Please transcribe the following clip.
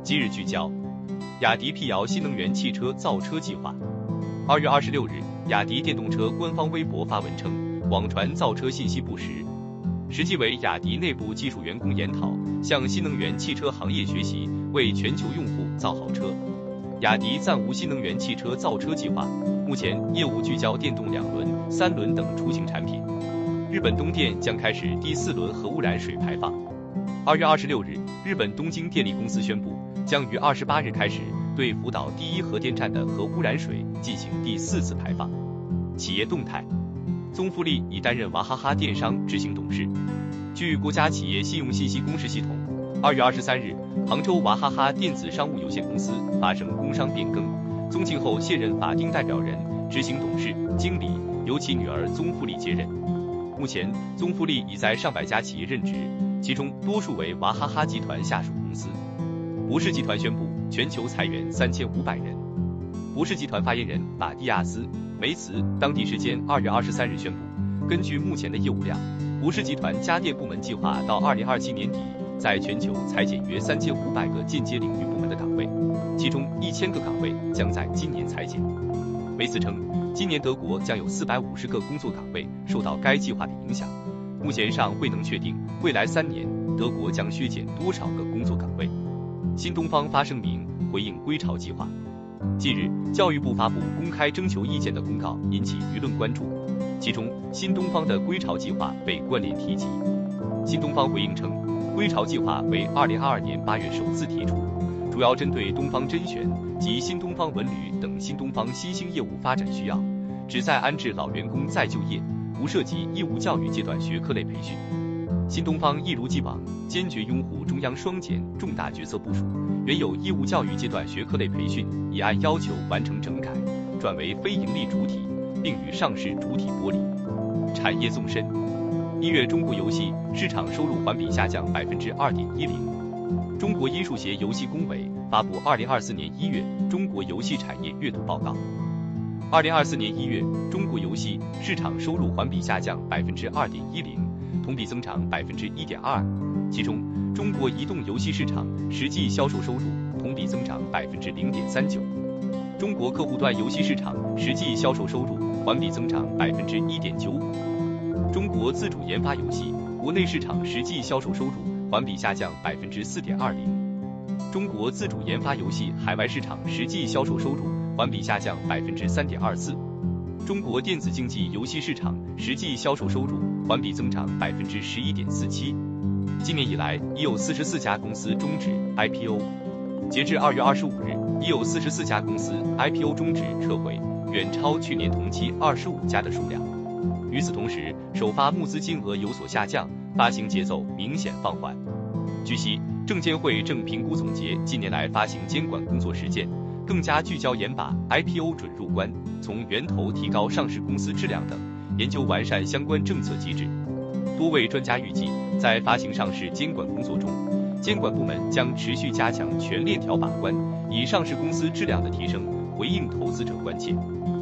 今日聚焦：雅迪辟谣新能源汽车造车计划。2月26日，雅迪电动车官方微博发文称，网传造车信息不实，实际为雅迪内部技术员工研讨，向新能源汽车行业学习，为全球用户造好车。雅迪暂无新能源汽车造车计划，目前业务聚焦电动2轮、3轮等出行产品。日本东电将开始第4轮核污染水排放。2月26日，日本东京电力公司宣布，将于28日开始对福岛第一核电站的核污染水进行第4次排放。企业动态，宗馥莉已担任娃哈哈电商执行董事。据国家企业信用信息公示系统，2月23日，杭州娃哈哈电子商务有限公司发生工商变更，宗庆后卸任法定代表人、执行董事、经理，由其女儿宗馥莉接任。目前，宗馥莉已在上百家企业任职，其中多数为娃哈哈集团下属公司。博世集团宣布全球裁员3500人。博世集团发言人马蒂亚斯·梅茨当地时间2月23日宣布，根据目前的业务量，博世集团家电部门计划到2027年底在全球裁减约3500个间接领域部门的岗位，其中1000个岗位将在今年裁减。梅茨称，今年德国将有450个工作岗位受到该计划的影响，目前尚未能确定未来3年德国将削减多少个工作岗位。新东方发声明回应归巢计划。近日，教育部发布公开征求意见的公告引起舆论关注，其中新东方的归巢计划被关联提及。新东方回应称，归巢计划为2022年8月首次提出，主要针对东方甄选及新东方文旅等新东方新兴业务发展需要，旨在安置老员工再就业，不涉及义务教育阶段学科类培训。新东方一如既往，坚决拥护中央双减重大决策部署，原有义务教育阶段学科类培训已按要求完成整改，转为非营利主体，并与上市主体剥离。产业纵深，1月中国游戏市场收入环比下降2.10%。中国音数协游戏工委发布2024年1月中国游戏产业月度报告。2024年1月，中国游戏市场收入环比下降2.10%，同比增长1.22%，其中中国移动游戏市场实际销售收入同比增长0.39%，中国客户端游戏市场实际销售收入环比增长1.95%，中国自主研发游戏国内市场实际销售收入环比下降4.20%，中国自主研发游戏海外市场实际销售收入环比下降3.24%，中国电子竞技游戏市场实际销售收入环比增长11.47%。今年以来，已有44家公司终止 IPO。截至2月25日，已有44家公司 IPO 终止撤回，远超去年同期25家的数量。与此同时，首发募资金额有所下降，发行节奏明显放缓。据悉，证监会正评估总结近年来发行监管工作实践，更加聚焦严把 IPO 准入关，从源头提高上市公司质量等，研究完善相关政策机制。多位专家预计，在发行上市监管工作中，监管部门将持续加强全链条把关，以上市公司质量的提升回应投资者关切。